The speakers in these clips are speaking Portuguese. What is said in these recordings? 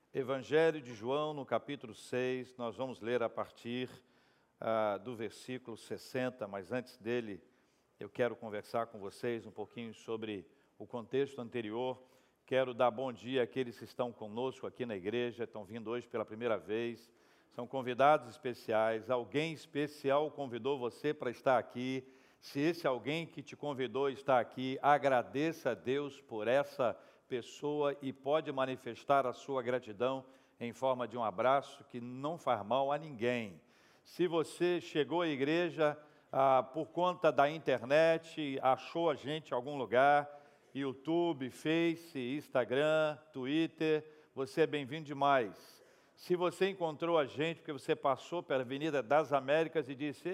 Evangelho de João, no capítulo 6, nós vamos ler a partir do versículo 60, mas antes dele eu quero conversar com vocês um pouquinho sobre o contexto anterior. Quero dar bom dia àqueles que estão conosco aqui na igreja, estão vindo hoje pela primeira vez, são convidados especiais, alguém especial convidou você para estar aqui. Se esse alguém que te convidou está aqui, agradeça a Deus por essa pessoa e pode manifestar a sua gratidão em forma de um abraço que não faz mal a ninguém. Se você chegou à igreja por conta da internet, achou a gente em algum lugar, YouTube, Face, Instagram, Twitter, você é bem-vindo demais. Se você encontrou a gente porque você passou pela Avenida das Américas e disse,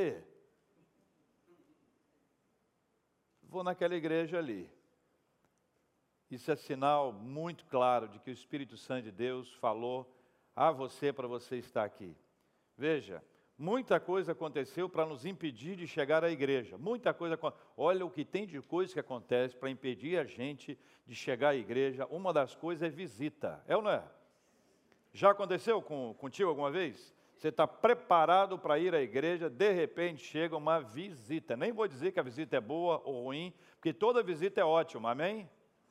vou naquela igreja ali. Isso é sinal muito claro de que o Espírito Santo de Deus falou a você para você estar aqui. Veja, muita coisa aconteceu para nos impedir de chegar à igreja. Muita coisa, olha o que tem de coisa que acontece para impedir a gente de chegar à igreja. Uma das coisas é visita, é ou não é? Já aconteceu contigo alguma vez? Você está preparado para ir à igreja, de repente chega uma visita. Nem vou dizer que a visita é boa ou ruim, porque toda visita é ótima, amém?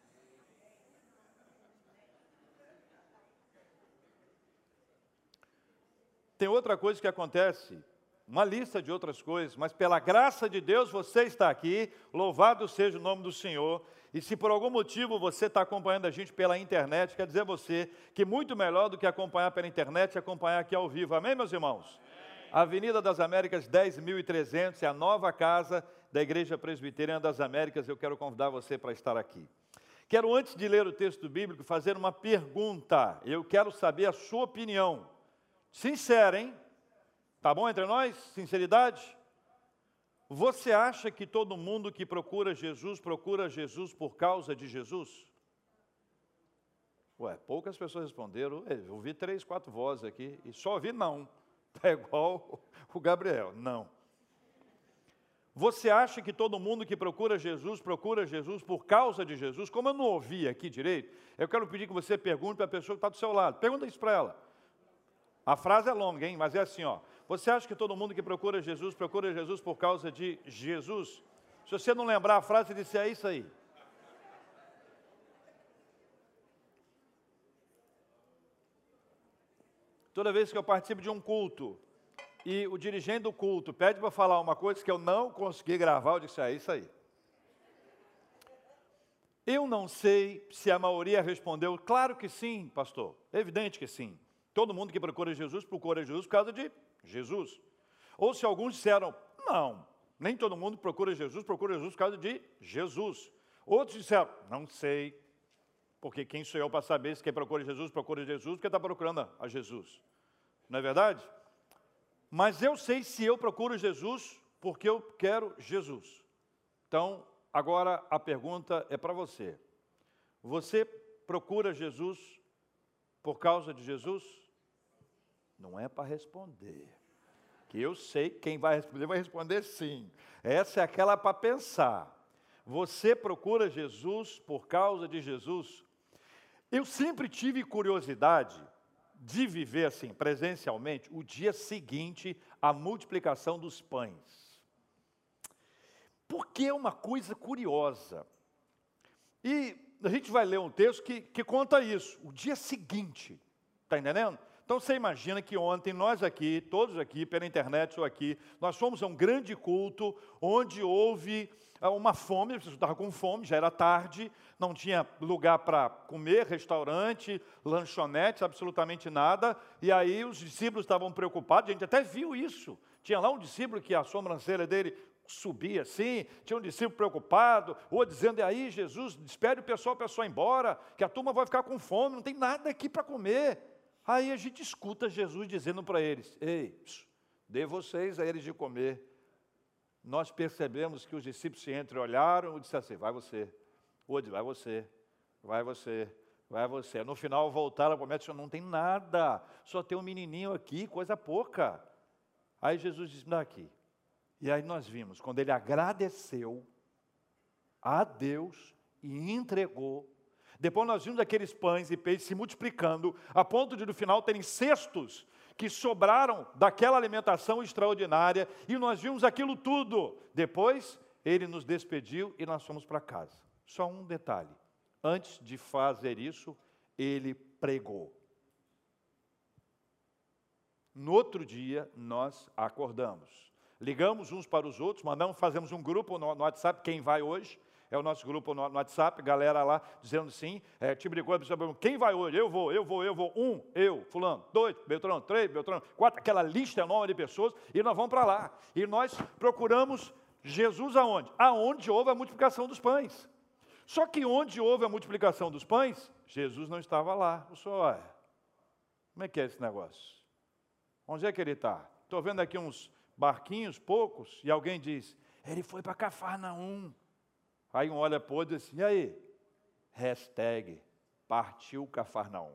Tem outra coisa que acontece, uma lista de outras coisas, mas pela graça de Deus você está aqui, louvado seja o nome do Senhor, e se por algum motivo você está acompanhando a gente pela internet, quer dizer você que muito melhor do que acompanhar pela internet é acompanhar aqui ao vivo, amém, meus irmãos? Amém. Avenida das Américas 10.300 é a nova casa da Igreja Presbiteriana das Américas, eu quero convidar você para estar aqui. Quero, antes de ler o texto bíblico, fazer uma pergunta, eu quero saber a sua opinião. Sincero, hein? Tá bom entre nós? Sinceridade? Você acha que todo mundo que procura Jesus por causa de Jesus? Ué, poucas pessoas responderam. Eu ouvi 3, 4 vozes aqui e só ouvi não. Tá igual o Gabriel, não. Você acha que todo mundo que procura Jesus por causa de Jesus? Como eu não ouvi aqui direito, eu quero pedir que você pergunte para a pessoa que está do seu lado. Pergunta isso para ela. A frase é longa, hein? Mas é assim, ó. Você acha que todo mundo que procura Jesus por causa de Jesus? Se você não lembrar a frase, você disse, é isso aí. Toda vez que eu participo de um culto e o dirigente do culto pede para falar uma coisa que eu não consegui gravar, eu disse, é isso aí. Eu não sei se a maioria respondeu, claro que sim, pastor, é evidente que sim. Todo mundo que procura Jesus por causa de Jesus. Ou se alguns disseram, não, nem todo mundo procura Jesus por causa de Jesus. Outros disseram, não sei, porque quem sou eu para saber se quem procura Jesus porque está procurando a Jesus. Não é verdade? Mas eu sei se eu procuro Jesus porque eu quero Jesus. Então, agora a pergunta é para você. Você procura Jesus por causa de Jesus? Não é para responder. Que eu sei que quem vai responder sim. Essa é aquela para pensar. Você procura Jesus por causa de Jesus? Eu sempre tive curiosidade de viver assim, presencialmente, o dia seguinte à multiplicação dos pães. Porque é uma coisa curiosa. E a gente vai ler um texto que conta isso, o dia seguinte, está entendendo? Então você imagina que ontem nós aqui, todos aqui, pela internet ou aqui, nós fomos a um grande culto, onde houve uma fome, as pessoas estavam com fome, já era tarde, não tinha lugar para comer, restaurante, lanchonete, absolutamente nada, e aí os discípulos estavam preocupados, a gente até viu isso, tinha lá um discípulo que a sobrancelha dele subia assim, tinha um discípulo preocupado, ou dizendo, e aí Jesus, despede o pessoal ir embora, que a turma vai ficar com fome, não tem nada aqui para comer. Aí a gente escuta Jesus dizendo para eles, ei, dê vocês a eles de comer. Nós percebemos que os discípulos se entreolharam e disseram assim, vai você, vai você, vai você, vai você. No final voltaram para o médico, não tem nada, só tem um menininho aqui, coisa pouca. Aí Jesus disse, me dá aqui. E aí nós vimos, quando ele agradeceu a Deus e entregou, Depois nós vimos aqueles pães e peixes se multiplicando, a ponto de no final terem cestos que sobraram daquela alimentação extraordinária, e nós vimos aquilo tudo. Depois, ele nos despediu e nós fomos para casa. Só um detalhe, antes de fazer isso, ele pregou. No outro dia, nós acordamos. Ligamos uns para os outros, fazemos um grupo no WhatsApp, quem vai hoje? É o nosso grupo no WhatsApp, galera lá dizendo sim, tipo de coisa, quem vai hoje? Eu vou. Eu, fulano, 2, Beltrano, 3, Beltrano, 4, aquela lista enorme de pessoas, e nós vamos para lá. E nós procuramos Jesus aonde? Aonde houve a multiplicação dos pães. Só que onde houve a multiplicação dos pães, Jesus não estava lá. O senhor, olha, como é que é esse negócio? Onde é que ele está? Estou vendo aqui uns barquinhos, poucos, e alguém diz, ele foi para Cafarnaum. Aí um olha para o outro e diz assim, e aí? Partiu Cafarnaum.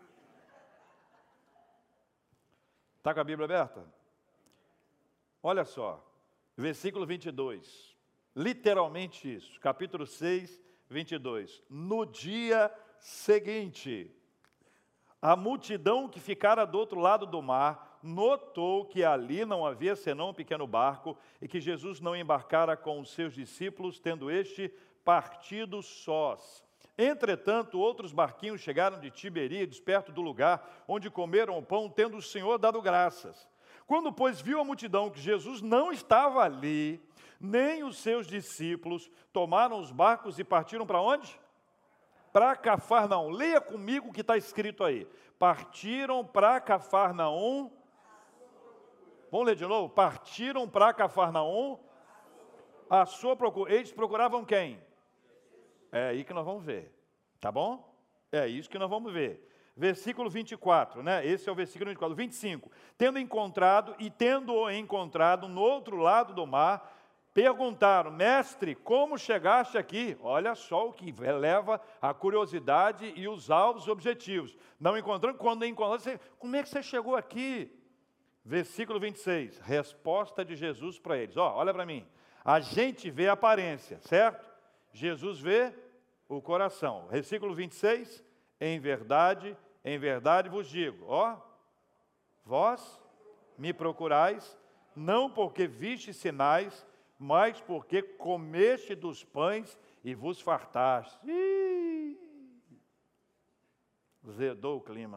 Está com a Bíblia aberta? Olha só, versículo 22. Literalmente isso, capítulo 6, 22. No dia seguinte, a multidão que ficara do outro lado do mar notou que ali não havia senão um pequeno barco e que Jesus não embarcara com os seus discípulos, tendo partido sós. Entretanto, outros barquinhos chegaram de Tiberíades, perto do lugar onde comeram o pão, tendo o Senhor dado graças. Quando, pois, viu a multidão que Jesus não estava ali, nem os seus discípulos, tomaram os barcos e partiram para onde? Para Cafarnaum. Leia comigo o que está escrito aí. Partiram para Cafarnaum. Vamos ler de novo? Partiram para Cafarnaum. A sua procura. Eles procuravam quem? É aí que nós vamos ver. Tá bom? É isso que nós vamos ver. Versículo 24, né? Esse é o versículo 24. 25. Tendo-o encontrado no outro lado do mar, perguntaram, mestre, como chegaste aqui? Olha só o que leva a curiosidade e os alvos objetivos. Não encontrando, quando encontraram, como é que você chegou aqui? Versículo 26, resposta de Jesus para eles. Olha para mim, a gente vê a aparência, certo? Jesus vê o coração. Versículo 26, em verdade vos digo, vós me procurais, não porque viste sinais, mas porque comeste dos pães e vos fartaste. Azedou o clima.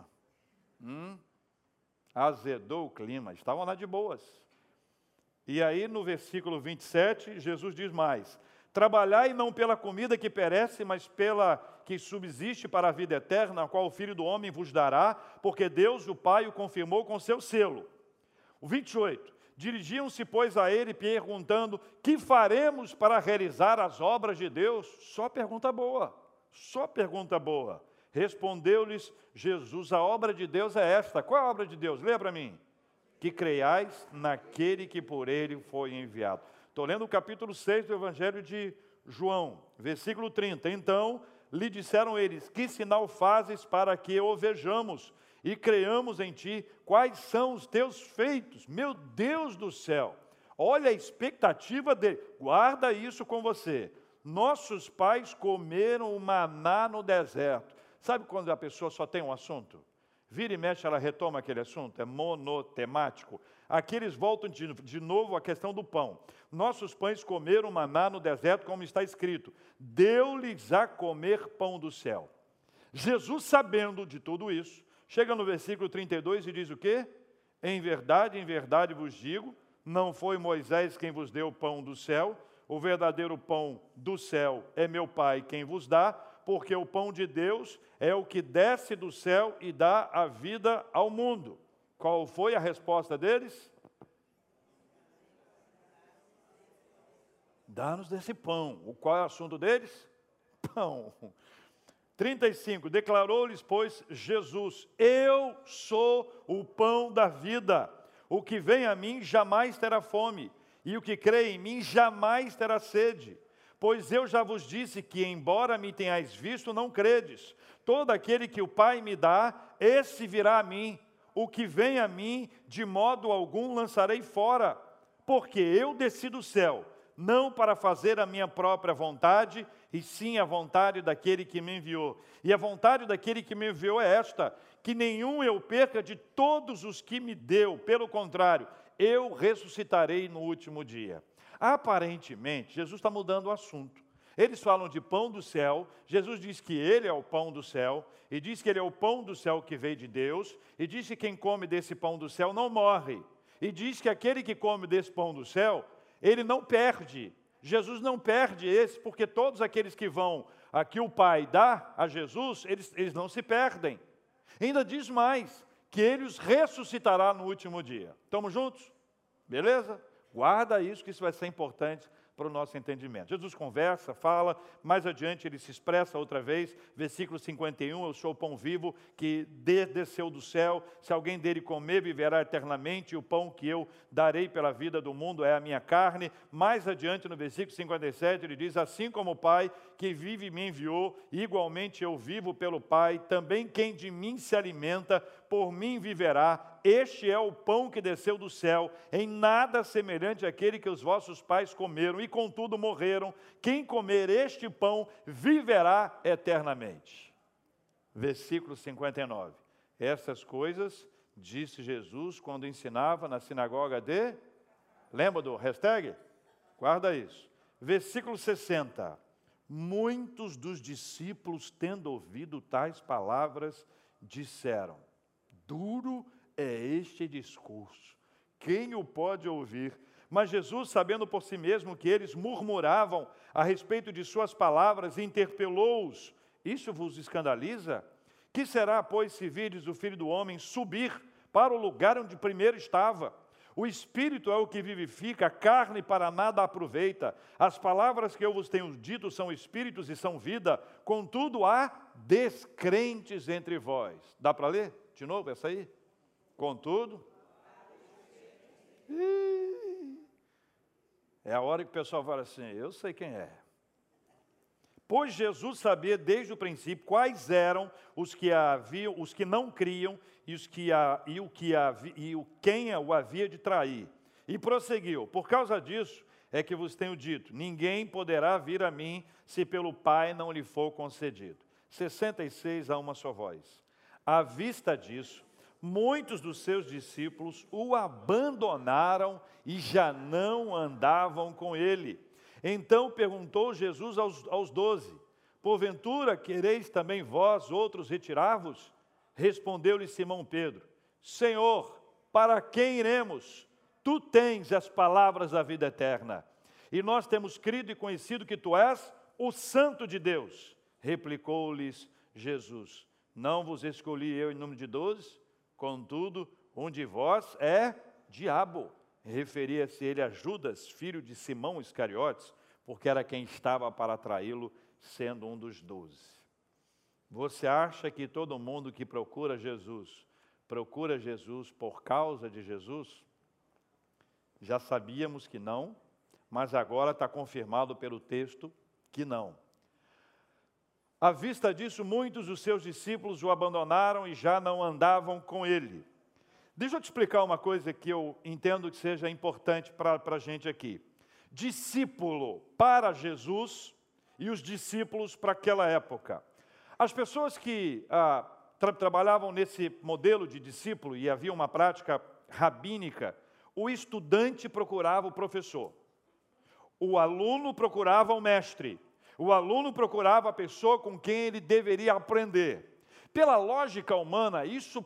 Azedou o clima. Estavam lá de boas. E aí no versículo 27, Jesus diz mais. Trabalhai não pela comida que perece, mas pela que subsiste para a vida eterna, a qual o Filho do Homem vos dará, porque Deus, o Pai, o confirmou com seu selo. O 28. Dirigiam-se, pois, a ele, perguntando, que faremos para realizar as obras de Deus? Só pergunta boa, só pergunta boa. Respondeu-lhes Jesus, a obra de Deus é esta. Qual é a obra de Deus? Leia para mim. Que creiais naquele que por ele foi enviado. Estou lendo o capítulo 6 do Evangelho de João, versículo 30. Então, lhe disseram eles, que sinal fazes para que o vejamos e creiamos em ti? Quais são os teus feitos? Meu Deus do céu, olha a expectativa dele, guarda isso com você. Nossos pais comeram o maná no deserto. Sabe quando a pessoa só tem um assunto? Vira e mexe, ela retoma aquele assunto, é monotemático. Aqui eles voltam de novo à questão do pão. Nossos pães comeram maná no deserto, como está escrito. Deu-lhes a comer pão do céu. Jesus, sabendo de tudo isso, chega no versículo 32 e diz o quê? Em verdade vos digo, não foi Moisés quem vos deu o pão do céu, o verdadeiro pão do céu é meu Pai quem vos dá, porque o pão de Deus é o que desce do céu e dá a vida ao mundo. Qual foi a resposta deles? Dá-nos desse pão. Qual é o assunto deles? Pão. 35. Declarou-lhes, pois, Jesus, eu sou o pão da vida. O que vem a mim jamais terá fome, e o que crê em mim jamais terá sede. Pois eu já vos disse que, embora me tenhais visto, não credes. Todo aquele que o Pai me dá, esse virá a mim. O que vem a mim, de modo algum lançarei fora. Porque eu desci do céu, não para fazer a minha própria vontade, e sim a vontade daquele que me enviou. E a vontade daquele que me enviou é esta, que nenhum eu perca de todos os que me deu, pelo contrário, eu ressuscitarei no último dia. Aparentemente, Jesus está mudando o assunto. Eles falam de pão do céu, Jesus diz que ele é o pão do céu, e diz que ele é o pão do céu que veio de Deus, e diz que quem come desse pão do céu não morre, e diz que aquele que come desse pão do céu, ele não perde. Jesus não perde esse, porque todos aqueles que vão, que o Pai dá a Jesus, eles não se perdem. Ainda diz mais, que ele os ressuscitará no último dia. Estamos juntos? Beleza? Guarda isso, que isso vai ser importante para o nosso entendimento. Jesus conversa, fala, mais adiante ele se expressa outra vez, versículo 51, eu sou o pão vivo que desceu do céu, se alguém dele comer, viverá eternamente, e o pão que eu darei pela vida do mundo é a minha carne. Mais adiante, no versículo 57, ele diz, assim como o Pai que vive me enviou, igualmente eu vivo pelo Pai, também quem de mim se alimenta, por mim viverá. Este é o pão que desceu do céu, em nada semelhante àquele que os vossos pais comeram, e contudo morreram. Quem comer este pão, viverá eternamente. Versículo 59. Essas coisas disse Jesus quando ensinava na sinagoga de... Lembra do hashtag? Guarda isso. Versículo 60. Muitos dos discípulos, tendo ouvido tais palavras, disseram, duro é este discurso, quem o pode ouvir? Mas Jesus, sabendo por si mesmo que eles murmuravam a respeito de suas palavras, interpelou-os, isso vos escandaliza? Que será, pois, se virdes o Filho do Homem subir para o lugar onde primeiro estava? O Espírito é o que vivifica, a carne para nada aproveita. As palavras que eu vos tenho dito são Espíritos e são vida, contudo há descrentes entre vós. Dá para ler de novo essa aí? Contudo, é a hora que o pessoal fala assim, eu sei quem é. Pois Jesus sabia desde o princípio quais eram os que haviam, os que não criam quem o havia de trair. E prosseguiu, por causa disso é que vos tenho dito, ninguém poderá vir a mim se pelo Pai não lhe for concedido. 66 a uma só voz. À vista disso, muitos dos seus discípulos o abandonaram e já não andavam com ele. Então perguntou Jesus aos 12, porventura quereis também vós outros retirar-vos? Respondeu-lhe Simão Pedro, Senhor, para quem iremos? Tu tens as palavras da vida eterna. E nós temos crido e conhecido que tu és o Santo de Deus. Replicou-lhes Jesus, não vos escolhi eu em número de 12? Contudo, um de vós é diabo. Referia-se ele a Judas, filho de Simão Iscariotes, porque era quem estava para traí-lo, sendo um dos 12. Você acha que todo mundo que procura Jesus por causa de Jesus? Já sabíamos que não, mas agora está confirmado pelo texto que não. À vista disso, muitos dos seus discípulos o abandonaram e já não andavam com ele. Deixa eu te explicar uma coisa que eu entendo que seja importante para a gente aqui. Discípulo para Jesus e os discípulos para aquela época. As pessoas que trabalhavam nesse modelo de discípulo, e havia uma prática rabínica, o estudante procurava o professor, o aluno procurava o mestre, o aluno procurava a pessoa com quem ele deveria aprender. Pela lógica humana, isso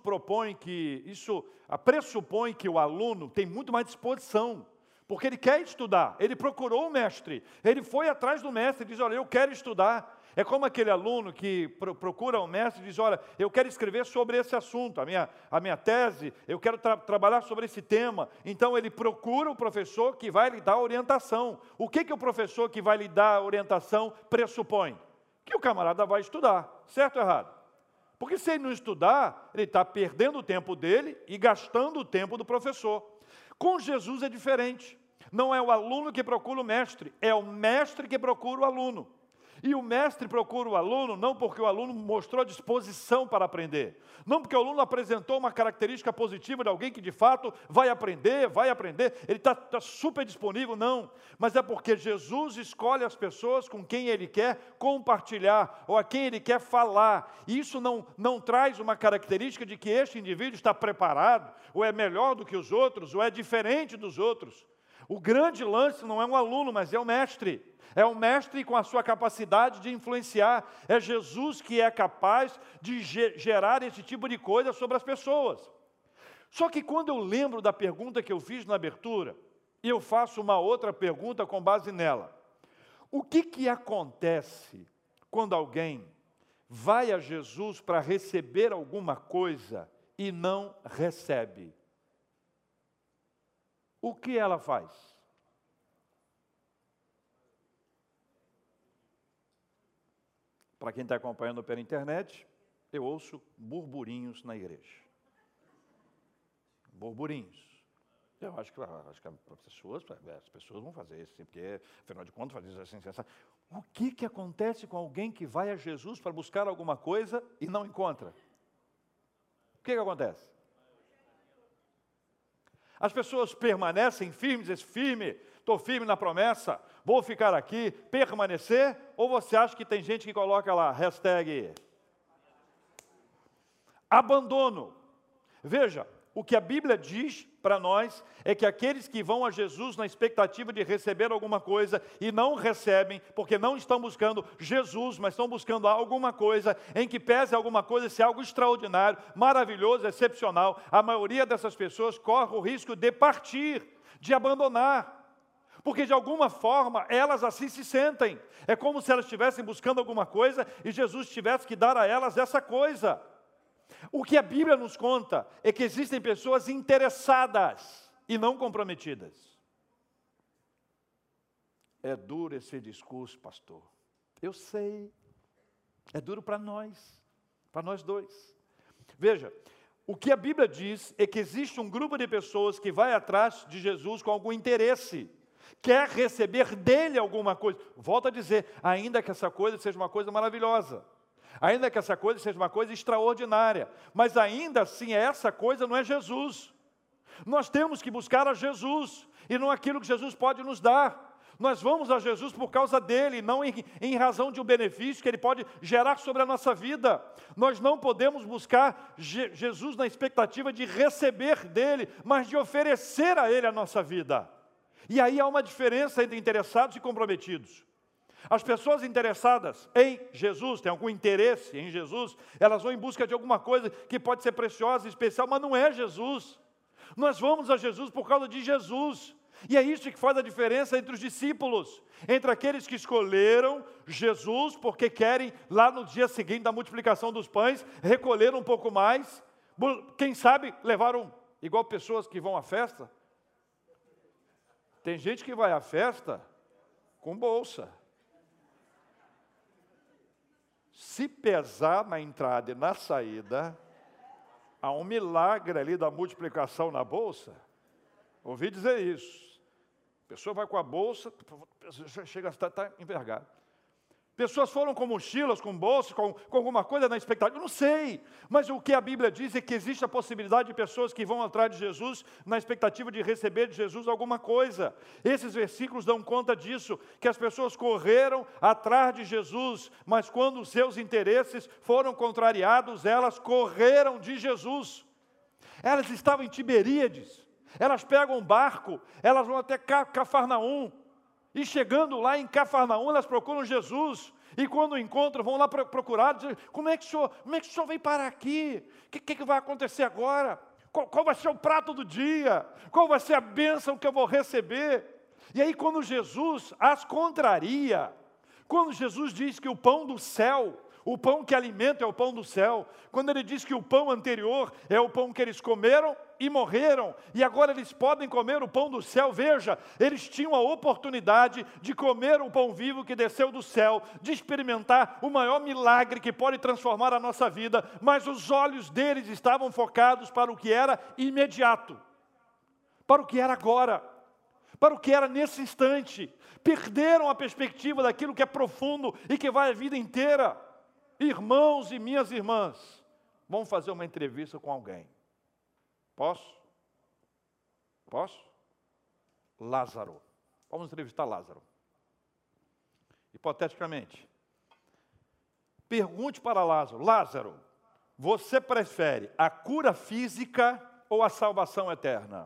pressupõe que o aluno tem muito mais disposição, porque ele quer estudar, ele procurou o mestre, ele foi atrás do mestre e diz, olha, eu quero estudar. É como aquele aluno que procura o mestre e diz, olha, eu quero escrever sobre esse assunto, a minha tese, eu quero trabalhar sobre esse tema. Então ele procura o professor que vai lhe dar orientação. O que o professor que vai lhe dar orientação pressupõe? Que o camarada vai estudar, certo ou errado? Porque se ele não estudar, ele está perdendo o tempo dele e gastando o tempo do professor. Com Jesus é diferente. Não é o aluno que procura o mestre, é o mestre que procura o aluno. E o mestre procura o aluno não porque o aluno mostrou disposição para aprender, não porque o aluno apresentou uma característica positiva de alguém que de fato vai aprender, ele está super disponível, não. Mas é porque Jesus escolhe as pessoas com quem Ele quer compartilhar, ou a quem Ele quer falar. E isso não traz uma característica de que este indivíduo está preparado, ou é melhor do que os outros, ou é diferente dos outros. O grande lance não é um aluno, mas é o mestre. É o mestre com a sua capacidade de influenciar. É Jesus que é capaz de gerar esse tipo de coisa sobre as pessoas. Só que quando eu lembro da pergunta que eu fiz na abertura, e eu faço uma outra pergunta com base nela. O que acontece quando alguém vai a Jesus para receber alguma coisa e não recebe? O que ela faz? Para quem está acompanhando pela internet, eu ouço burburinhos na igreja. Burburinhos. Eu acho que as pessoas vão fazer isso, porque, afinal de contas, fazer isso assim, assim. O que acontece com alguém que vai a Jesus para buscar alguma coisa e não encontra? O que acontece? As pessoas permanecem firmes, estou firme na promessa, vou ficar aqui, permanecer, ou você acha que tem gente que coloca lá, hashtag abandono? Veja, o que a Bíblia diz para nós é que aqueles que vão a Jesus na expectativa de receber alguma coisa e não recebem, porque não estão buscando Jesus, mas estão buscando alguma coisa, em que pese alguma coisa ser algo extraordinário, maravilhoso, excepcional, a maioria dessas pessoas corre o risco de partir, de abandonar. Porque de alguma forma elas assim se sentem. É como se elas estivessem buscando alguma coisa e Jesus tivesse que dar a elas essa coisa. O que a Bíblia nos conta é que existem pessoas interessadas e não comprometidas. É duro esse discurso, pastor. Eu sei. É duro para nós dois. Veja, o que a Bíblia diz é que existe um grupo de pessoas que vai atrás de Jesus com algum interesse. Quer receber dele alguma coisa. Volto a dizer, ainda que essa coisa seja uma coisa maravilhosa. Ainda que essa coisa seja uma coisa extraordinária. Mas ainda assim, essa coisa não é Jesus. Nós temos que buscar a Jesus. E não aquilo que Jesus pode nos dar. Nós vamos a Jesus por causa dele, não em razão de um benefício que ele pode gerar sobre a nossa vida. Nós não podemos buscar Jesus na expectativa de receber dele, mas de oferecer a ele a nossa vida. E aí há uma diferença entre interessados e comprometidos. As pessoas interessadas em Jesus, têm algum interesse em Jesus, elas vão em busca de alguma coisa que pode ser preciosa, especial, mas não é Jesus. Nós vamos a Jesus por causa de Jesus. E é isso que faz a diferença entre os discípulos, entre aqueles que escolheram Jesus porque querem, lá no dia seguinte da multiplicação dos pães, recolher um pouco mais, quem sabe levaram, igual pessoas que vão à festa. Tem gente que vai à festa com bolsa. Se pesar na entrada e na saída, há um milagre ali da multiplicação na bolsa. Ouvi dizer isso. A pessoa vai com a bolsa, chega a estar envergado. Pessoas foram com mochilas, com bolsas, com alguma coisa na expectativa. Eu não sei, mas o que a Bíblia diz é que existe a possibilidade de pessoas que vão atrás de Jesus na expectativa de receber de Jesus alguma coisa. Esses versículos dão conta disso, que as pessoas correram atrás de Jesus, mas quando os seus interesses foram contrariados, elas correram de Jesus. Elas estavam em Tiberíades, elas pegam um barco, elas vão até Cafarnaum. E chegando lá em Cafarnaum, elas procuram Jesus. E quando o encontram, vão lá procurar. Dizem, como é que o senhor veio parar aqui? O que vai acontecer agora? Qual vai ser o prato do dia? Qual vai ser a bênção que eu vou receber? E aí quando Jesus as contraria, quando Jesus diz que o pão do céu, o pão que alimenta é o pão do céu, quando ele diz que o pão anterior é o pão que eles comeram e morreram, e agora eles podem comer o pão do céu, veja, eles tinham a oportunidade de comer o pão vivo que desceu do céu, de experimentar o maior milagre que pode transformar a nossa vida, mas os olhos deles estavam focados para o que era imediato, para o que era agora. para o que era nesse instante. Perderam a perspectiva daquilo que é profundo e que vai a vida inteira. Irmãos e minhas irmãs, vamos fazer uma entrevista com alguém. Posso? Posso? Lázaro. Vamos entrevistar Lázaro. Hipoteticamente. Pergunte para Lázaro: Lázaro, você prefere a cura física ou a salvação eterna?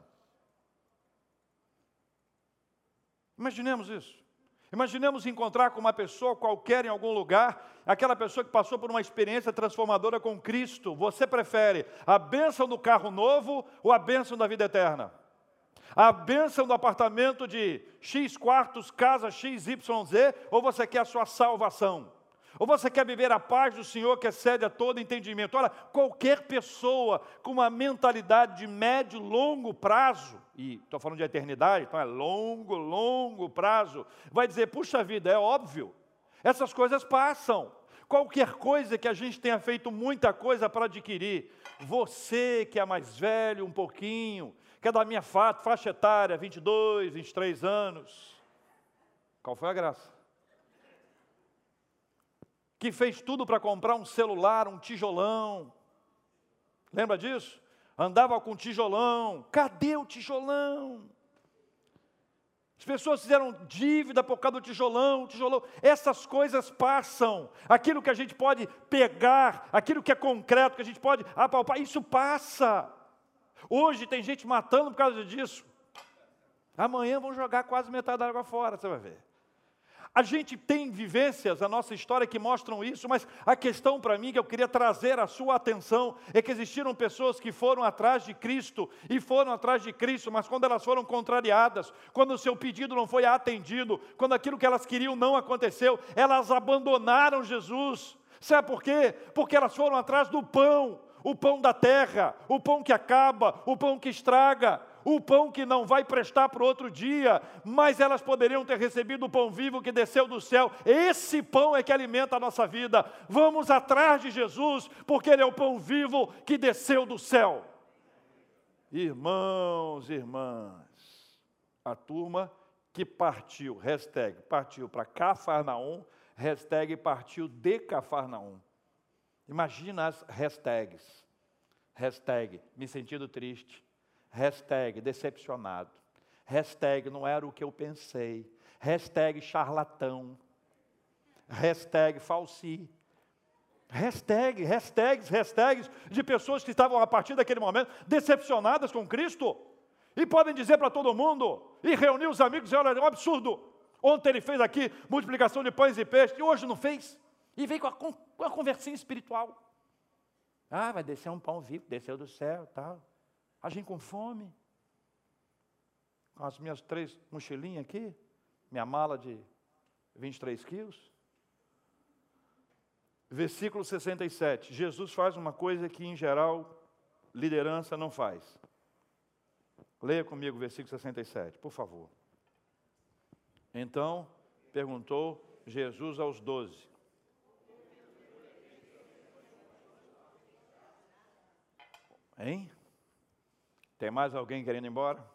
Imaginemos isso. Imaginemos encontrar com uma pessoa qualquer em algum lugar, aquela pessoa que passou por uma experiência transformadora com Cristo. Você prefere a bênção do carro novo ou a bênção da vida eterna? A bênção do apartamento de X quartos, casa XYZ, ou você quer a sua salvação? Ou você quer viver a paz do Senhor que excede a todo entendimento? Olha, qualquer pessoa com uma mentalidade de médio, longo prazo, e estou falando de eternidade, então é longo prazo, vai dizer: puxa vida, é óbvio, essas coisas passam. Qualquer coisa que a gente tenha feito muita coisa para adquirir, você que é mais velho um pouquinho, que é da minha faixa etária, 22, 23 anos, qual foi a graça? Que fez tudo para comprar um celular, um tijolão. Lembra disso? Andava com tijolão. Cadê o tijolão? As pessoas fizeram dívida por causa do tijolão, tijolão. Essas coisas passam. Aquilo que a gente pode pegar, aquilo que é concreto, que a gente pode apalpar, isso passa. Hoje tem gente matando por causa disso. Amanhã vão jogar quase metade da água fora, você vai ver. A gente tem vivências, a nossa história, que mostram isso, mas a questão para mim, que eu queria trazer a sua atenção, é que existiram pessoas que foram atrás de Cristo, mas quando elas foram contrariadas, quando o seu pedido não foi atendido, quando aquilo que elas queriam não aconteceu, elas abandonaram Jesus. Sabe por quê? Porque elas foram atrás do pão, o pão da terra, o pão que acaba, o pão que estraga, o pão que não vai prestar para o outro dia, mas elas poderiam ter recebido o pão vivo que desceu do céu. Esse pão é que alimenta a nossa vida. Vamos atrás de Jesus, porque Ele é o pão vivo que desceu do céu. Irmãos, irmãs, a turma que partiu, partiu para Cafarnaum, partiu de Cafarnaum. Imagina as hashtags. Me sentindo triste. Decepcionado. Não era o que eu pensei. Charlatão. Falsi. Hashtags de pessoas que estavam a partir daquele momento decepcionadas com Cristo. E podem dizer para todo mundo, e reunir os amigos e dizer: olha, é um absurdo. Ontem ele fez aqui multiplicação de pães e peixes, e hoje não fez. E veio com a conversinha espiritual. Ah, vai descer um pão vivo, desceu do céu, tal. A gente com fome, com as minhas 3 mochilinhas aqui, minha mala de 23 quilos. Versículo 67, Jesus faz uma coisa que, em geral, liderança não faz. Leia comigo o versículo 67, por favor. Então, perguntou Jesus aos 12. Hein? Tem mais alguém querendo ir embora?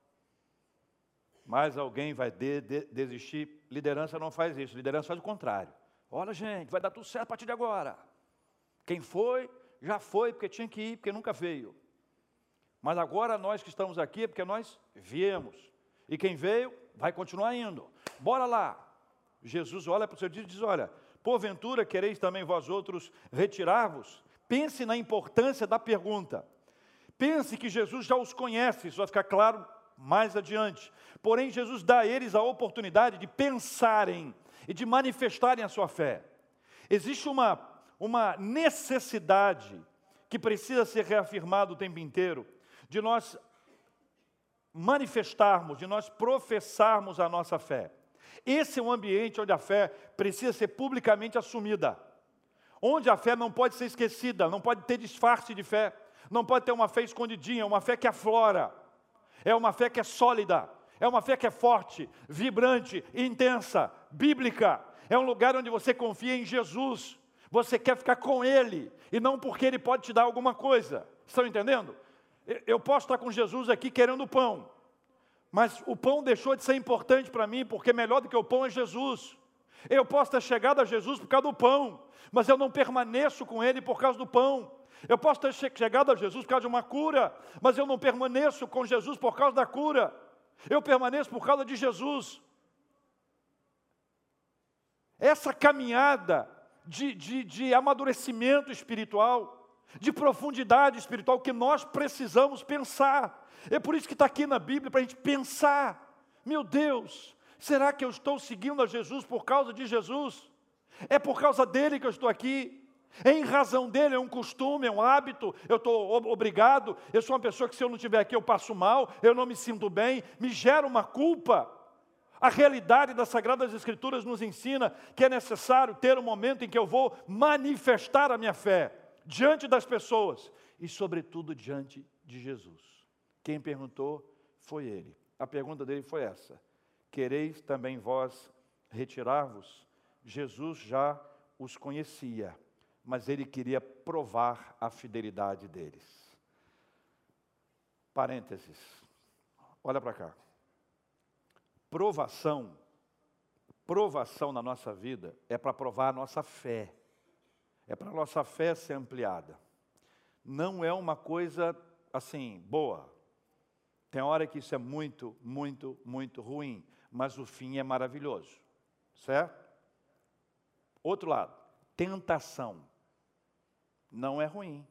Mais alguém vai desistir? Liderança não faz isso, liderança faz o contrário. Olha, gente, vai dar tudo certo a partir de agora. Quem foi, já foi, porque tinha que ir, porque nunca veio. Mas agora nós que estamos aqui é porque nós viemos. E quem veio, vai continuar indo. Bora lá. Jesus olha para o seu dia e diz: olha, porventura quereis também vós outros retirar-vos? Pense na importância da pergunta. Pense que Jesus já os conhece, isso vai ficar claro mais adiante. Porém, Jesus dá a eles a oportunidade de pensarem e de manifestarem a sua fé. Existe uma necessidade que precisa ser reafirmada o tempo inteiro, de nós manifestarmos, de nós professarmos a nossa fé. Esse é um ambiente onde a fé precisa ser publicamente assumida, onde a fé não pode ser esquecida, não pode ter disfarce de fé, não pode ter uma fé escondidinha, uma fé que aflora, é uma fé que é sólida, é uma fé que é forte, vibrante, intensa, bíblica. É um lugar onde você confia em Jesus, você quer ficar com Ele, e não porque Ele pode te dar alguma coisa. Estão entendendo? Eu posso estar com Jesus aqui querendo pão, Mas o pão deixou de ser importante para mim, porque melhor do que o pão é Jesus. Eu posso ter chegado a Jesus por causa do pão, mas eu não permaneço com Ele por causa do pão. Eu posso ter chegado a Jesus por causa de uma cura, mas eu não permaneço com Jesus por causa da cura. Eu permaneço por causa de Jesus. Essa caminhada de amadurecimento espiritual, de profundidade espiritual que nós precisamos pensar. É por isso que está aqui na Bíblia, para a gente pensar. Meu Deus, será que eu estou seguindo a Jesus por causa de Jesus? É por causa dele que eu estou aqui? É em razão dele, é um costume, é um hábito, eu estou obrigado, eu sou uma pessoa que se eu não estiver aqui eu passo mal, eu não me sinto bem, me gera uma culpa. A realidade das Sagradas Escrituras nos ensina que é necessário ter um momento em que eu vou manifestar a minha fé diante das pessoas e sobretudo diante de Jesus. Quem perguntou foi ele. A pergunta dele foi essa: quereis também vós retirar-vos? Jesus já os conhecia, mas ele queria provar a fidelidade deles. Parênteses, olha para cá. Provação na nossa vida é para provar a nossa fé. É para a nossa fé ser ampliada. Não é uma coisa assim, boa. Tem hora que isso é muito, muito, muito ruim, mas o fim é maravilhoso. Certo? Outro lado, tentação. Não é ruim.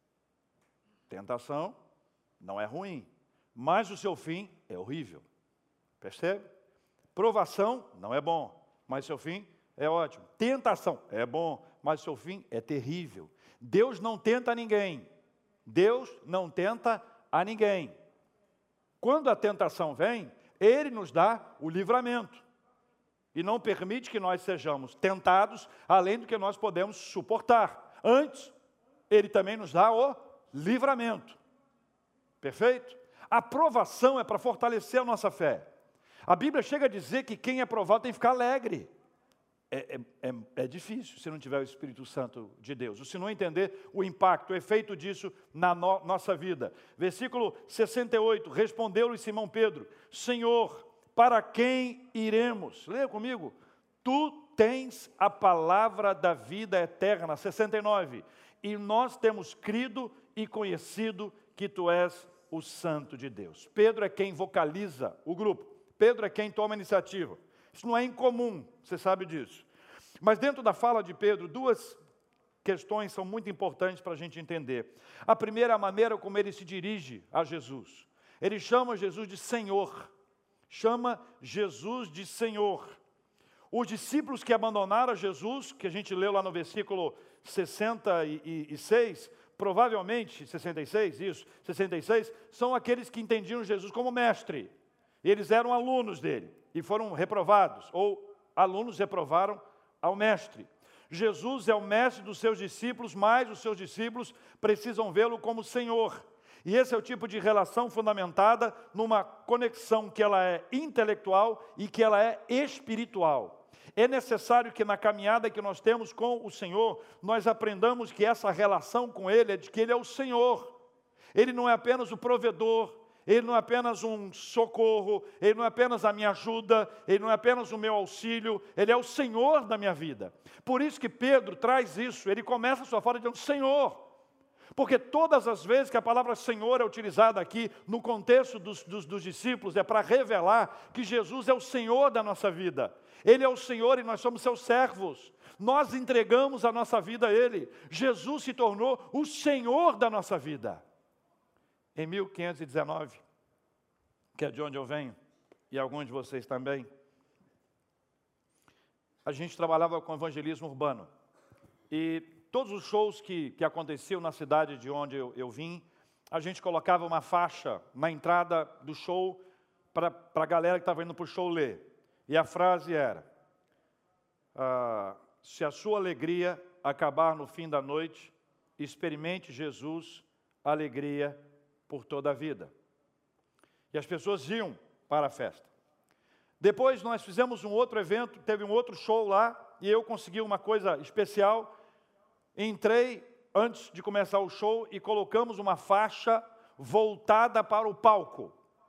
Tentação não é ruim, mas o seu fim é horrível. Percebe? Provação não é bom, mas seu fim é ótimo. Tentação é bom, mas seu fim é terrível. Deus não tenta ninguém. Deus não tenta a ninguém. Quando a tentação vem, Ele nos dá o livramento. E não permite que nós sejamos tentados além do que nós podemos suportar. Antes, Ele também nos dá o livramento. Perfeito? A provação é para fortalecer a nossa fé. A Bíblia chega a dizer que quem é provado tem que ficar alegre. É difícil se não tiver o Espírito Santo de Deus, ou se não entender o impacto, o efeito disso na nossa vida. Versículo 68, respondeu-lhe Simão Pedro: Senhor, para quem iremos? Leia comigo. Tu tens a palavra da vida eterna. 69, e nós temos crido e conhecido que tu és o Santo de Deus. Pedro é quem vocaliza o grupo. Pedro é quem toma a iniciativa. Isso não é incomum, você sabe disso. Mas dentro da fala de Pedro, duas questões são muito importantes para a gente entender. A primeira é a maneira como ele se dirige a Jesus. Ele chama Jesus de Senhor. Chama Jesus de Senhor. Os discípulos que abandonaram Jesus, que a gente leu lá no versículo 66, provavelmente, 66, isso, 66, são aqueles que entendiam Jesus como mestre. Eles eram alunos dele e foram reprovados, ou alunos reprovaram ao mestre. Jesus é o mestre dos seus discípulos, mas os seus discípulos precisam vê-lo como Senhor. E esse é o tipo de relação fundamentada numa conexão que ela é intelectual e que ela é espiritual. É necessário que na caminhada que nós temos com o Senhor, nós aprendamos que essa relação com Ele é de que Ele é o Senhor. Ele não é apenas o provedor, Ele não é apenas um socorro, Ele não é apenas a minha ajuda, Ele não é apenas o meu auxílio, Ele é o Senhor da minha vida. Por isso que Pedro traz isso, ele começa a sua fala dizendo Senhor. Porque todas as vezes que a palavra Senhor é utilizada aqui, no contexto dos discípulos, é para revelar que Jesus é o Senhor da nossa vida. Ele é o Senhor e nós somos seus servos. Nós entregamos a nossa vida a Ele. Jesus se tornou o Senhor da nossa vida. Em 1519, que é de onde eu venho, e alguns de vocês também, a gente trabalhava com evangelismo urbano. E todos os shows que aconteciam na cidade de onde eu vim, a gente colocava uma faixa na entrada do show para a galera que estava indo para o show ler. E a frase era, se a sua alegria acabar no fim da noite, experimente Jesus, alegria por toda a vida. E as pessoas iam para a festa. Depois nós fizemos um outro evento, teve um outro show lá, e eu consegui uma coisa especial. Entrei antes de começar o show e colocamos uma faixa voltada para o palco.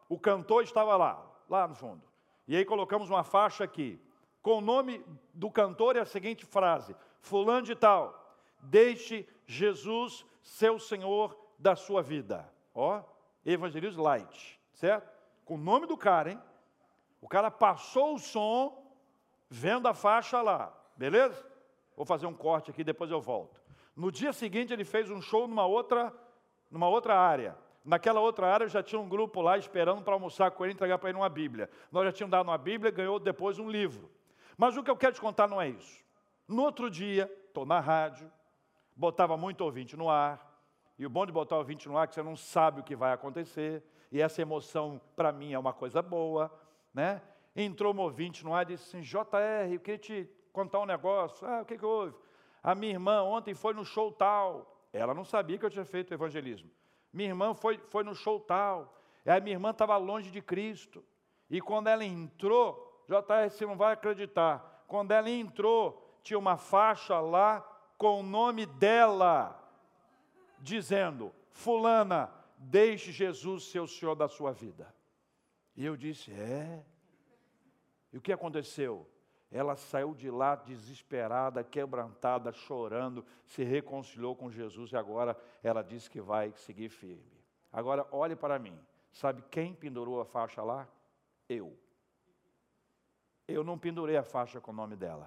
o cantor estava lá no fundo. E aí colocamos uma faixa aqui, com o nome do cantor e a seguinte frase: fulano de tal, deixe Jesus ser o Senhor da sua vida. Ó, evangelismo light, certo? Com o nome do cara, hein? O cara passou o som, vendo a faixa lá, beleza? Vou fazer um corte aqui, depois eu volto. No dia seguinte ele fez um show numa outra área. Naquela outra área já tinha um grupo lá esperando para almoçar com ele e entregar para ele uma Bíblia. Nós já tínhamos dado uma Bíblia e ganhou depois um livro. Mas o que eu quero te contar não é isso. No outro dia, estou na rádio, botava muito ouvinte no ar, e o bom de botar ouvinte no ar é que você não sabe o que vai acontecer, e essa emoção para mim é uma coisa boa, né? Entrou um ouvinte no ar e disse assim: JR, eu queria te contar um negócio. O que houve? A minha irmã ontem foi no show tal. Ela não sabia que eu tinha feito evangelismo. Minha irmã foi no show tal. E a minha irmã estava longe de Cristo. E quando ela entrou, JR, você não vai acreditar, quando ela entrou, tinha uma faixa lá com o nome dela, dizendo: fulana, deixe Jesus ser o Senhor da sua vida. E eu disse: E o que aconteceu? Ela saiu de lá desesperada, quebrantada, chorando, se reconciliou com Jesus e agora ela disse que vai seguir firme. Agora, olhe para mim. Sabe quem pendurou a faixa lá? Eu. Eu não pendurei a faixa com o nome dela.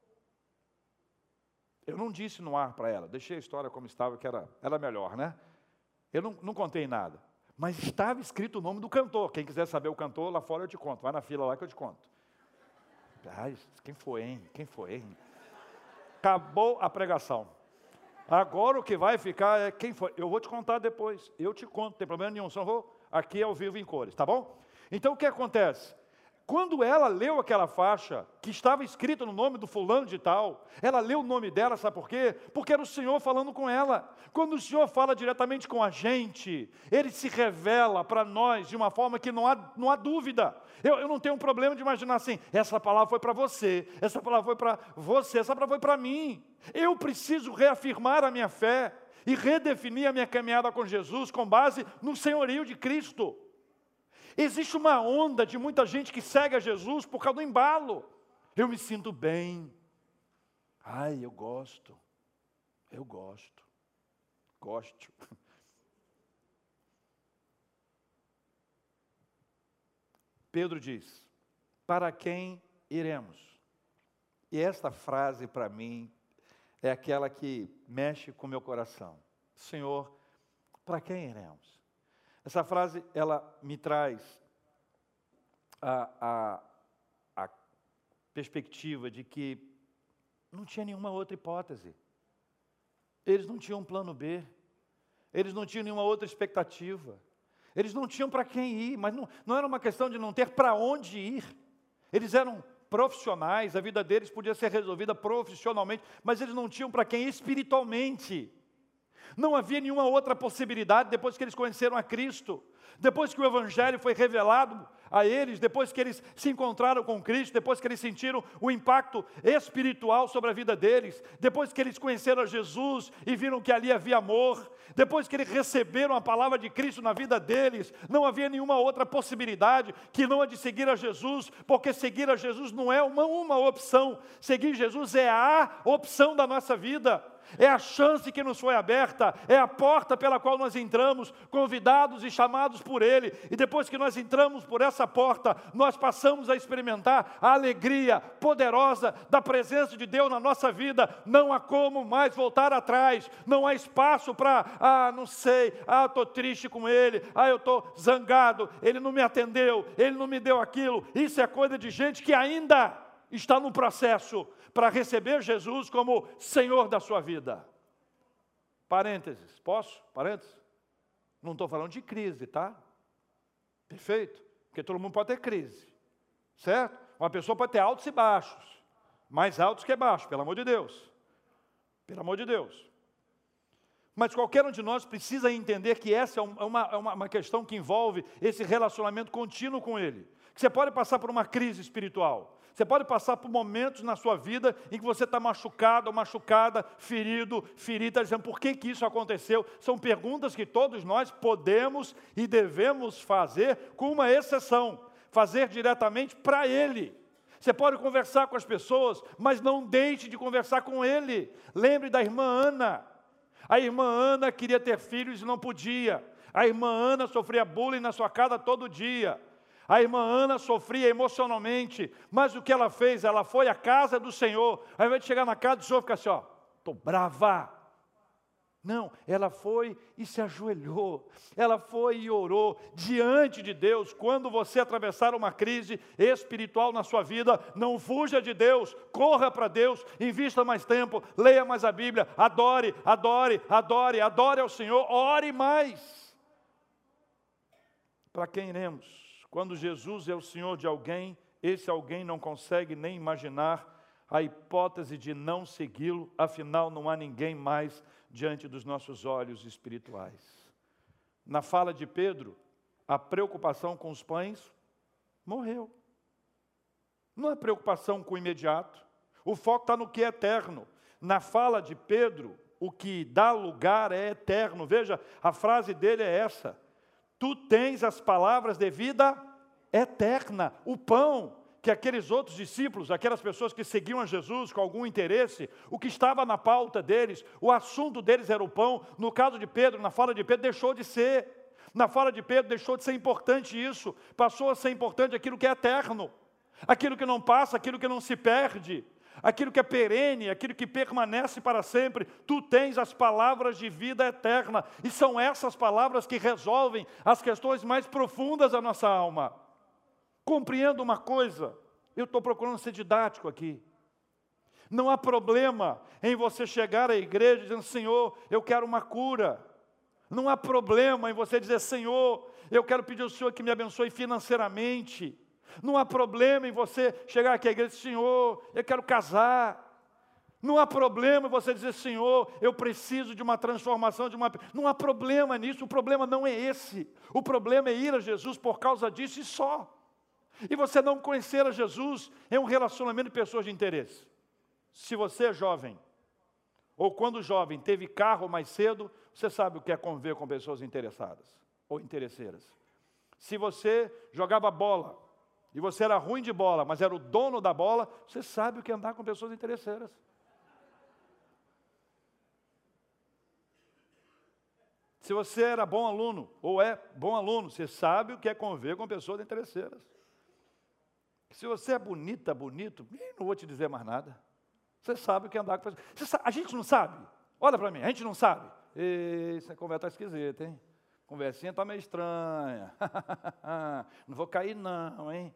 Eu não disse no ar para ela. Deixei a história como estava, que era melhor, né? Eu não contei nada. Mas estava escrito o nome do cantor. Quem quiser saber o cantor, lá fora eu te conto. Vai na fila lá que eu te conto. Ai, quem foi, hein? Quem foi, hein? Acabou a pregação. Agora o que vai ficar é quem foi. Eu vou te contar depois. Eu te conto, não tem problema nenhum. Só vou aqui ao vivo em cores, tá bom? Então o que acontece? Quando ela leu aquela faixa, que estava escrito no nome do fulano de tal, ela leu o nome dela, sabe por quê? Porque era o Senhor falando com ela. Quando o Senhor fala diretamente com a gente, Ele se revela para nós de uma forma que não há dúvida. Eu não tenho um problema de imaginar assim: essa palavra foi para você, essa palavra foi para você, essa palavra foi para mim. Eu preciso reafirmar a minha fé e redefinir a minha caminhada com Jesus com base no senhorio de Cristo. Existe uma onda de muita gente que segue a Jesus por causa do embalo. Eu me sinto bem. Ai, eu gosto. Gosto. Pedro diz: para quem iremos? E esta frase para mim é aquela que mexe com o meu coração. Senhor, para quem iremos? Essa frase, ela me traz a perspectiva de que não tinha nenhuma outra hipótese. Eles não tinham um plano B. Eles não tinham nenhuma outra expectativa. Eles não tinham para quem ir, mas não era uma questão de não ter para onde ir. Eles eram profissionais, a vida deles podia ser resolvida profissionalmente, mas eles não tinham para quem ir espiritualmente. Não havia nenhuma outra possibilidade depois que eles conheceram a Cristo, depois que o Evangelho foi revelado a eles, depois que eles se encontraram com Cristo, depois que eles sentiram o impacto espiritual sobre a vida deles, depois que eles conheceram a Jesus e viram que ali havia amor, depois que eles receberam a palavra de Cristo na vida deles, não havia nenhuma outra possibilidade que não a de seguir a Jesus, porque seguir a Jesus não é uma opção, seguir Jesus é a opção da nossa vida. É a chance que nos foi aberta, é a porta pela qual nós entramos, convidados e chamados por Ele. E depois que nós entramos por essa porta, nós passamos a experimentar a alegria poderosa da presença de Deus na nossa vida. Não há como mais voltar atrás, não há espaço para, não sei, estou triste com Ele, eu estou zangado, Ele não me atendeu, Ele não me deu aquilo. Isso é coisa de gente que ainda está no processo para receber Jesus como Senhor da sua vida. Parênteses, posso? Parênteses? Não estou falando de crise, tá? Perfeito? Porque todo mundo pode ter crise, certo? Uma pessoa pode ter altos e baixos, mais altos que baixos, pelo amor de Deus. Pelo amor de Deus. Mas qualquer um de nós precisa entender que essa é uma questão que envolve esse relacionamento contínuo com Ele. Você pode passar por uma crise espiritual. Você pode passar por momentos na sua vida em que você está machucado ou machucada, ferido, ferida, dizendo por que isso aconteceu? São perguntas que todos nós podemos e devemos fazer, com uma exceção, fazer diretamente para Ele. Você pode conversar com as pessoas, mas não deixe de conversar com Ele. Lembre da irmã Ana. A irmã Ana queria ter filhos e não podia. A irmã Ana sofria bullying na sua casa todo dia. A irmã Ana sofria emocionalmente, mas o que ela fez? Ela foi à casa do Senhor. Ao invés de chegar na casa do Senhor e ficar assim, ó, estou brava. Não, ela foi e se ajoelhou, ela foi e orou diante de Deus. Quando você atravessar uma crise espiritual na sua vida, não fuja de Deus, corra para Deus, invista mais tempo, leia mais a Bíblia, adore, adore, adore, adore ao Senhor, ore mais. Para quem iremos? Quando Jesus é o Senhor de alguém, esse alguém não consegue nem imaginar a hipótese de não segui-lo, afinal não há ninguém mais diante dos nossos olhos espirituais. Na fala de Pedro, a preocupação com os pães morreu. Não é preocupação com o imediato. O foco está no que é eterno. Na fala de Pedro, o que dá lugar é eterno. Veja, a frase dele é essa: tu tens as palavras de vida eterna. O pão que aqueles outros discípulos, aquelas pessoas que seguiam a Jesus com algum interesse, o que estava na pauta deles, o assunto deles era o pão. No caso de Pedro, na fala de Pedro, deixou de ser. Na fala de Pedro, deixou de ser importante isso. Passou a ser importante aquilo que é eterno. Aquilo que não passa, aquilo que não se perde. Aquilo que é perene, aquilo que permanece para sempre. Tu tens as palavras de vida eterna. E são essas palavras que resolvem as questões mais profundas da nossa alma. Compreenda uma coisa, eu estou procurando ser didático aqui. Não há problema em você chegar à igreja dizendo, Senhor, eu quero uma cura. Não há problema em você dizer, Senhor, eu quero pedir ao Senhor que me abençoe financeiramente. Não há problema em você chegar aqui à igreja e dizer, Senhor, eu quero casar. Não há problema em você dizer, Senhor, eu preciso de uma transformação, Não há problema nisso, o problema não é esse. O problema é ir a Jesus por causa disso e só. E você não conhecer a Jesus é um relacionamento de pessoas de interesse. Se você é jovem, ou quando jovem teve carro mais cedo, você sabe o que é conviver com pessoas interessadas ou interesseiras. Se você jogava bola, e você era ruim de bola, mas era o dono da bola, você sabe o que é andar com pessoas interesseiras. Se você era bom aluno, ou é bom aluno, você sabe o que é conviver com pessoas interesseiras. Se você é bonita, bonito, não vou te dizer mais nada. Você sabe o que é andar com pessoas. A gente não sabe. Olha para mim, a gente não sabe. Essa conversa está esquisita, hein? Conversinha está meio estranha. Não vou cair não, hein?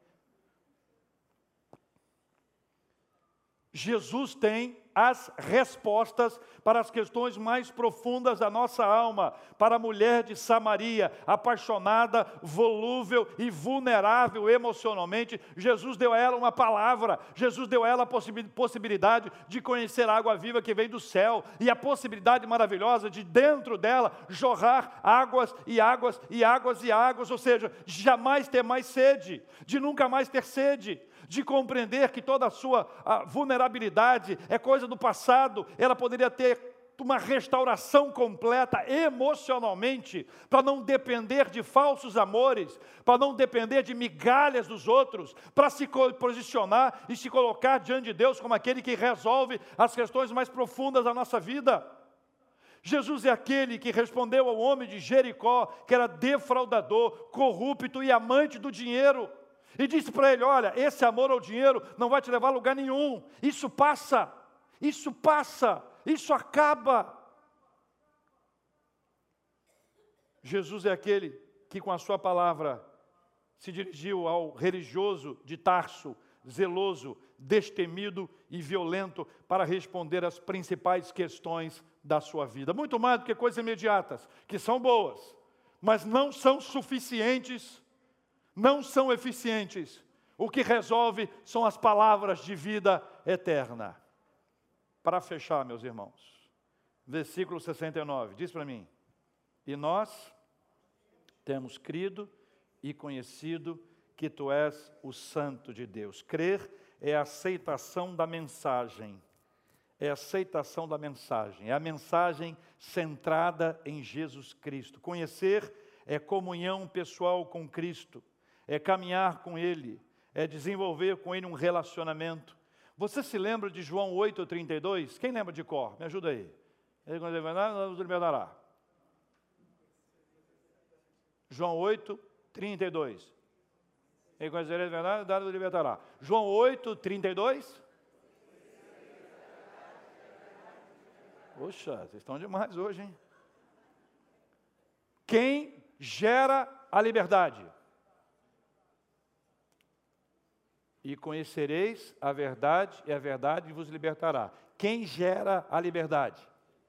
Jesus tem as respostas para as questões mais profundas da nossa alma. Para a mulher de Samaria, apaixonada, volúvel e vulnerável emocionalmente, Jesus deu a ela uma palavra. Jesus deu a ela a possibilidade de conhecer a água viva que vem do céu e a possibilidade maravilhosa de dentro dela jorrar águas e águas e águas e águas, ou seja, de jamais ter mais sede, de nunca mais ter sede, de compreender que toda a sua vulnerabilidade é coisa do passado. Ela poderia ter uma restauração completa emocionalmente, para não depender de falsos amores, para não depender de migalhas dos outros, para se posicionar e se colocar diante de Deus como aquele que resolve as questões mais profundas da nossa vida. Jesus é aquele que respondeu ao homem de Jericó, que era defraudador, corrupto e amante do dinheiro. E disse para ele, olha, esse amor ao dinheiro não vai te levar a lugar nenhum. Isso passa, isso acaba. Jesus é aquele que com a sua palavra se dirigiu ao religioso de Tarso, zeloso, destemido e violento, para responder às principais questões da sua vida. Muito mais do que coisas imediatas, que são boas, mas não são suficientes, não são eficientes. O que resolve são as palavras de vida eterna. Para fechar, meus irmãos, versículo 69, diz para mim, e nós temos crido e conhecido que tu és o Santo de Deus. Crer é a aceitação da mensagem. É a aceitação da mensagem. É a mensagem centrada em Jesus Cristo. Conhecer é comunhão pessoal com Cristo. É caminhar com Ele. É desenvolver com Ele um relacionamento. Você se lembra de João 8,32? Quem lembra de cor? Me ajuda aí. Ele nos libertará. João 8,32. Ele conhecerá a verdade, a nos libertará. João 8,32. Poxa, vocês estão demais hoje, hein? Quem gera a liberdade? E conhecereis a verdade, e a verdade vos libertará. Quem gera a liberdade?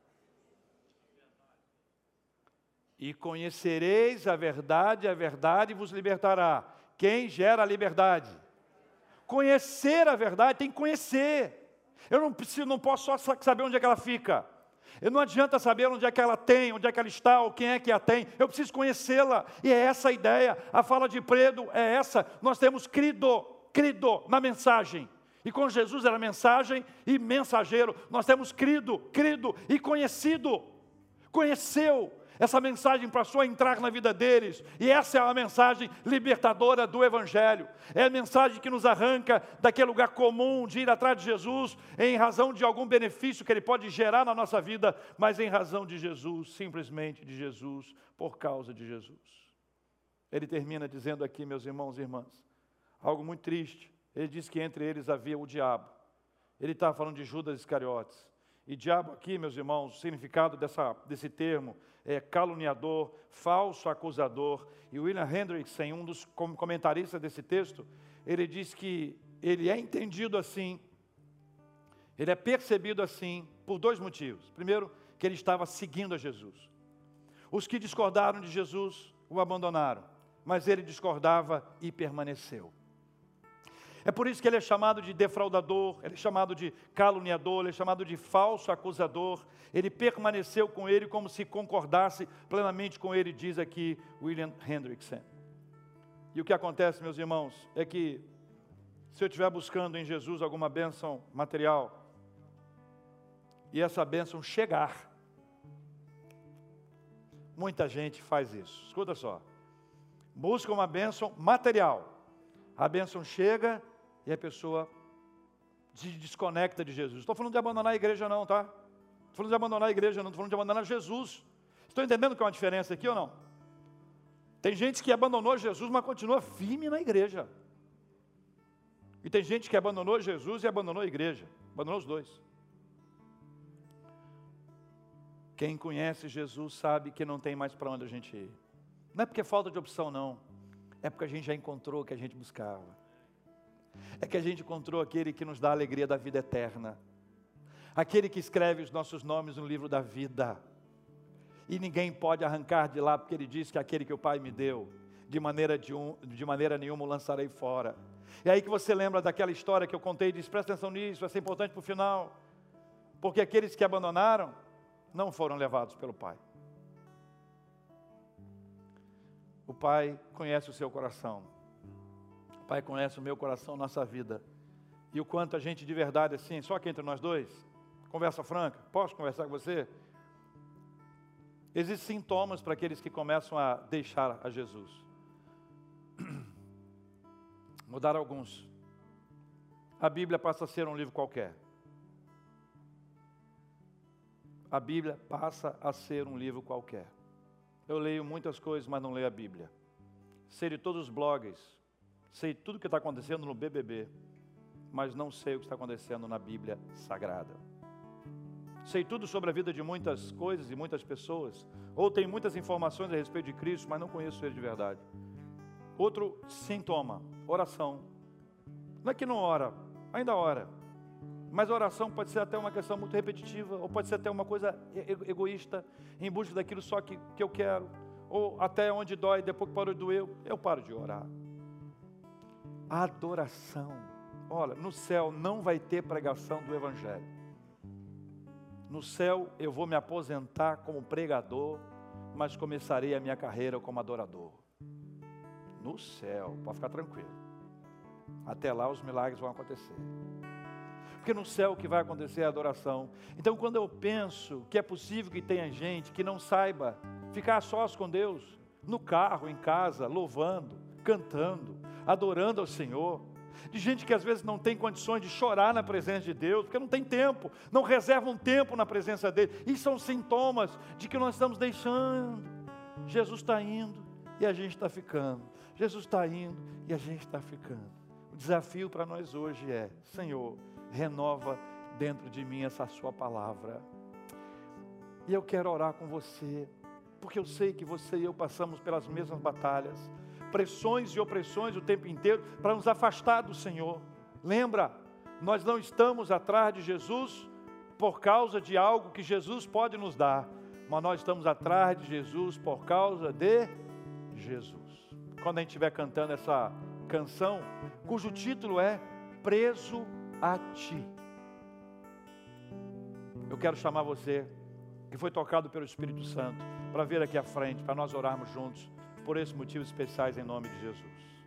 E conhecereis a verdade vos libertará. Quem gera a liberdade? Conhecer a verdade, tem que conhecer. Eu não posso só saber onde é que ela fica. Não adianta saber onde é que ela tem, onde é que ela está, ou quem é que a tem. Eu preciso conhecê-la. E é essa a ideia. A fala de Pedro é essa. Nós temos crido na mensagem. E com Jesus era mensagem e mensageiro. Nós temos crido e conhecido. Conheceu essa mensagem passou a entrar na vida deles. E essa é a mensagem libertadora do Evangelho. É a mensagem que nos arranca daquele lugar comum de ir atrás de Jesus, em razão de algum benefício que Ele pode gerar na nossa vida, mas em razão de Jesus, simplesmente de Jesus, por causa de Jesus. Ele termina dizendo aqui, meus irmãos e irmãs, algo muito triste. Ele diz que entre eles havia o diabo. Ele está falando de Judas Iscariotes. E diabo aqui, meus irmãos, o significado desse termo é caluniador, falso acusador. E William Hendrickson, um dos comentaristas desse texto, ele diz que ele é entendido assim, ele é percebido assim, por dois motivos. Primeiro, que ele estava seguindo a Jesus. Os que discordaram de Jesus o abandonaram, mas ele discordava e permaneceu. É por isso que ele é chamado de defraudador, ele é chamado de caluniador, ele é chamado de falso acusador. Ele permaneceu com ele como se concordasse plenamente com ele, diz aqui William Hendrickson. E o que acontece, meus irmãos, é que se eu estiver buscando em Jesus alguma bênção material, e essa bênção chegar, muita gente faz isso. Escuta só, busca uma bênção material, a bênção chega e a pessoa se desconecta de Jesus. Estou falando de abandonar a igreja não, tá? Estou falando de abandonar a igreja não, estou falando de abandonar Jesus. Estão entendendo que é uma diferença aqui ou não? Tem gente que abandonou Jesus, mas continua firme na igreja. E tem gente que abandonou Jesus e abandonou a igreja. Abandonou os dois. Quem conhece Jesus sabe que não tem mais para onde a gente ir. Não é porque é falta de opção não. É porque a gente já encontrou o que a gente buscava. É que a gente encontrou aquele que nos dá a alegria da vida eterna. Aquele que escreve os nossos nomes no livro da vida. E ninguém pode arrancar de lá, porque ele diz que aquele que o Pai me deu, de maneira nenhuma o lançarei fora. E aí que você lembra daquela história que eu contei e disse, presta atenção nisso, vai ser importante para o final. Porque aqueles que abandonaram, não foram levados pelo Pai. O Pai conhece o seu coração. O Pai conhece o meu coração, nossa vida. E o quanto a gente de verdade, assim, só aqui entre nós dois, conversa franca, posso conversar com você? Existem sintomas para aqueles que começam a deixar a Jesus. Vou dar alguns. A Bíblia passa a ser um livro qualquer. A Bíblia passa a ser um livro qualquer. Eu leio muitas coisas, mas não leio a Bíblia. Sei de todos os blogs, sei tudo o que está acontecendo no BBB, mas não sei o que está acontecendo na Bíblia Sagrada. Sei tudo sobre a vida de muitas coisas e muitas pessoas, ou tenho muitas informações a respeito de Cristo, mas não conheço Ele de verdade. Outro sintoma, oração. Não é que não ora, ainda ora. Mas a oração pode ser até uma questão muito repetitiva, ou pode ser até uma coisa egoísta, em busca daquilo só que eu quero, ou até onde dói, depois que parou de doer, eu paro de orar. A adoração. Olha, no céu não vai ter pregação do Evangelho. No céu eu vou me aposentar como pregador, mas começarei a minha carreira como adorador. No céu, pode ficar tranquilo. Até lá os milagres vão acontecer. Porque no céu o que vai acontecer é a adoração. Então quando eu penso que é possível que tenha gente que não saiba ficar a sós com Deus, no carro, em casa, louvando, cantando, adorando ao Senhor, de gente que às vezes não tem condições de chorar na presença de Deus, porque não tem tempo, não reserva um tempo na presença dEle. Isso são sintomas de que nós estamos deixando. Jesus está indo e a gente está ficando. Jesus está indo e a gente está ficando. O desafio para nós hoje é: Senhor, renova dentro de mim essa sua palavra. E eu quero orar com você, porque eu sei que você e eu passamos pelas mesmas batalhas, pressões e opressões o tempo inteiro para nos afastar do Senhor. Lembra, nós não estamos atrás de Jesus por causa de algo que Jesus pode nos dar, mas nós estamos atrás de Jesus por causa de Jesus. Quando a gente estiver cantando essa canção, cujo título é Preso a Ti, eu quero chamar você, que foi tocado pelo Espírito Santo, para vir aqui à frente, para nós orarmos juntos, por esses motivos especiais, em nome de Jesus.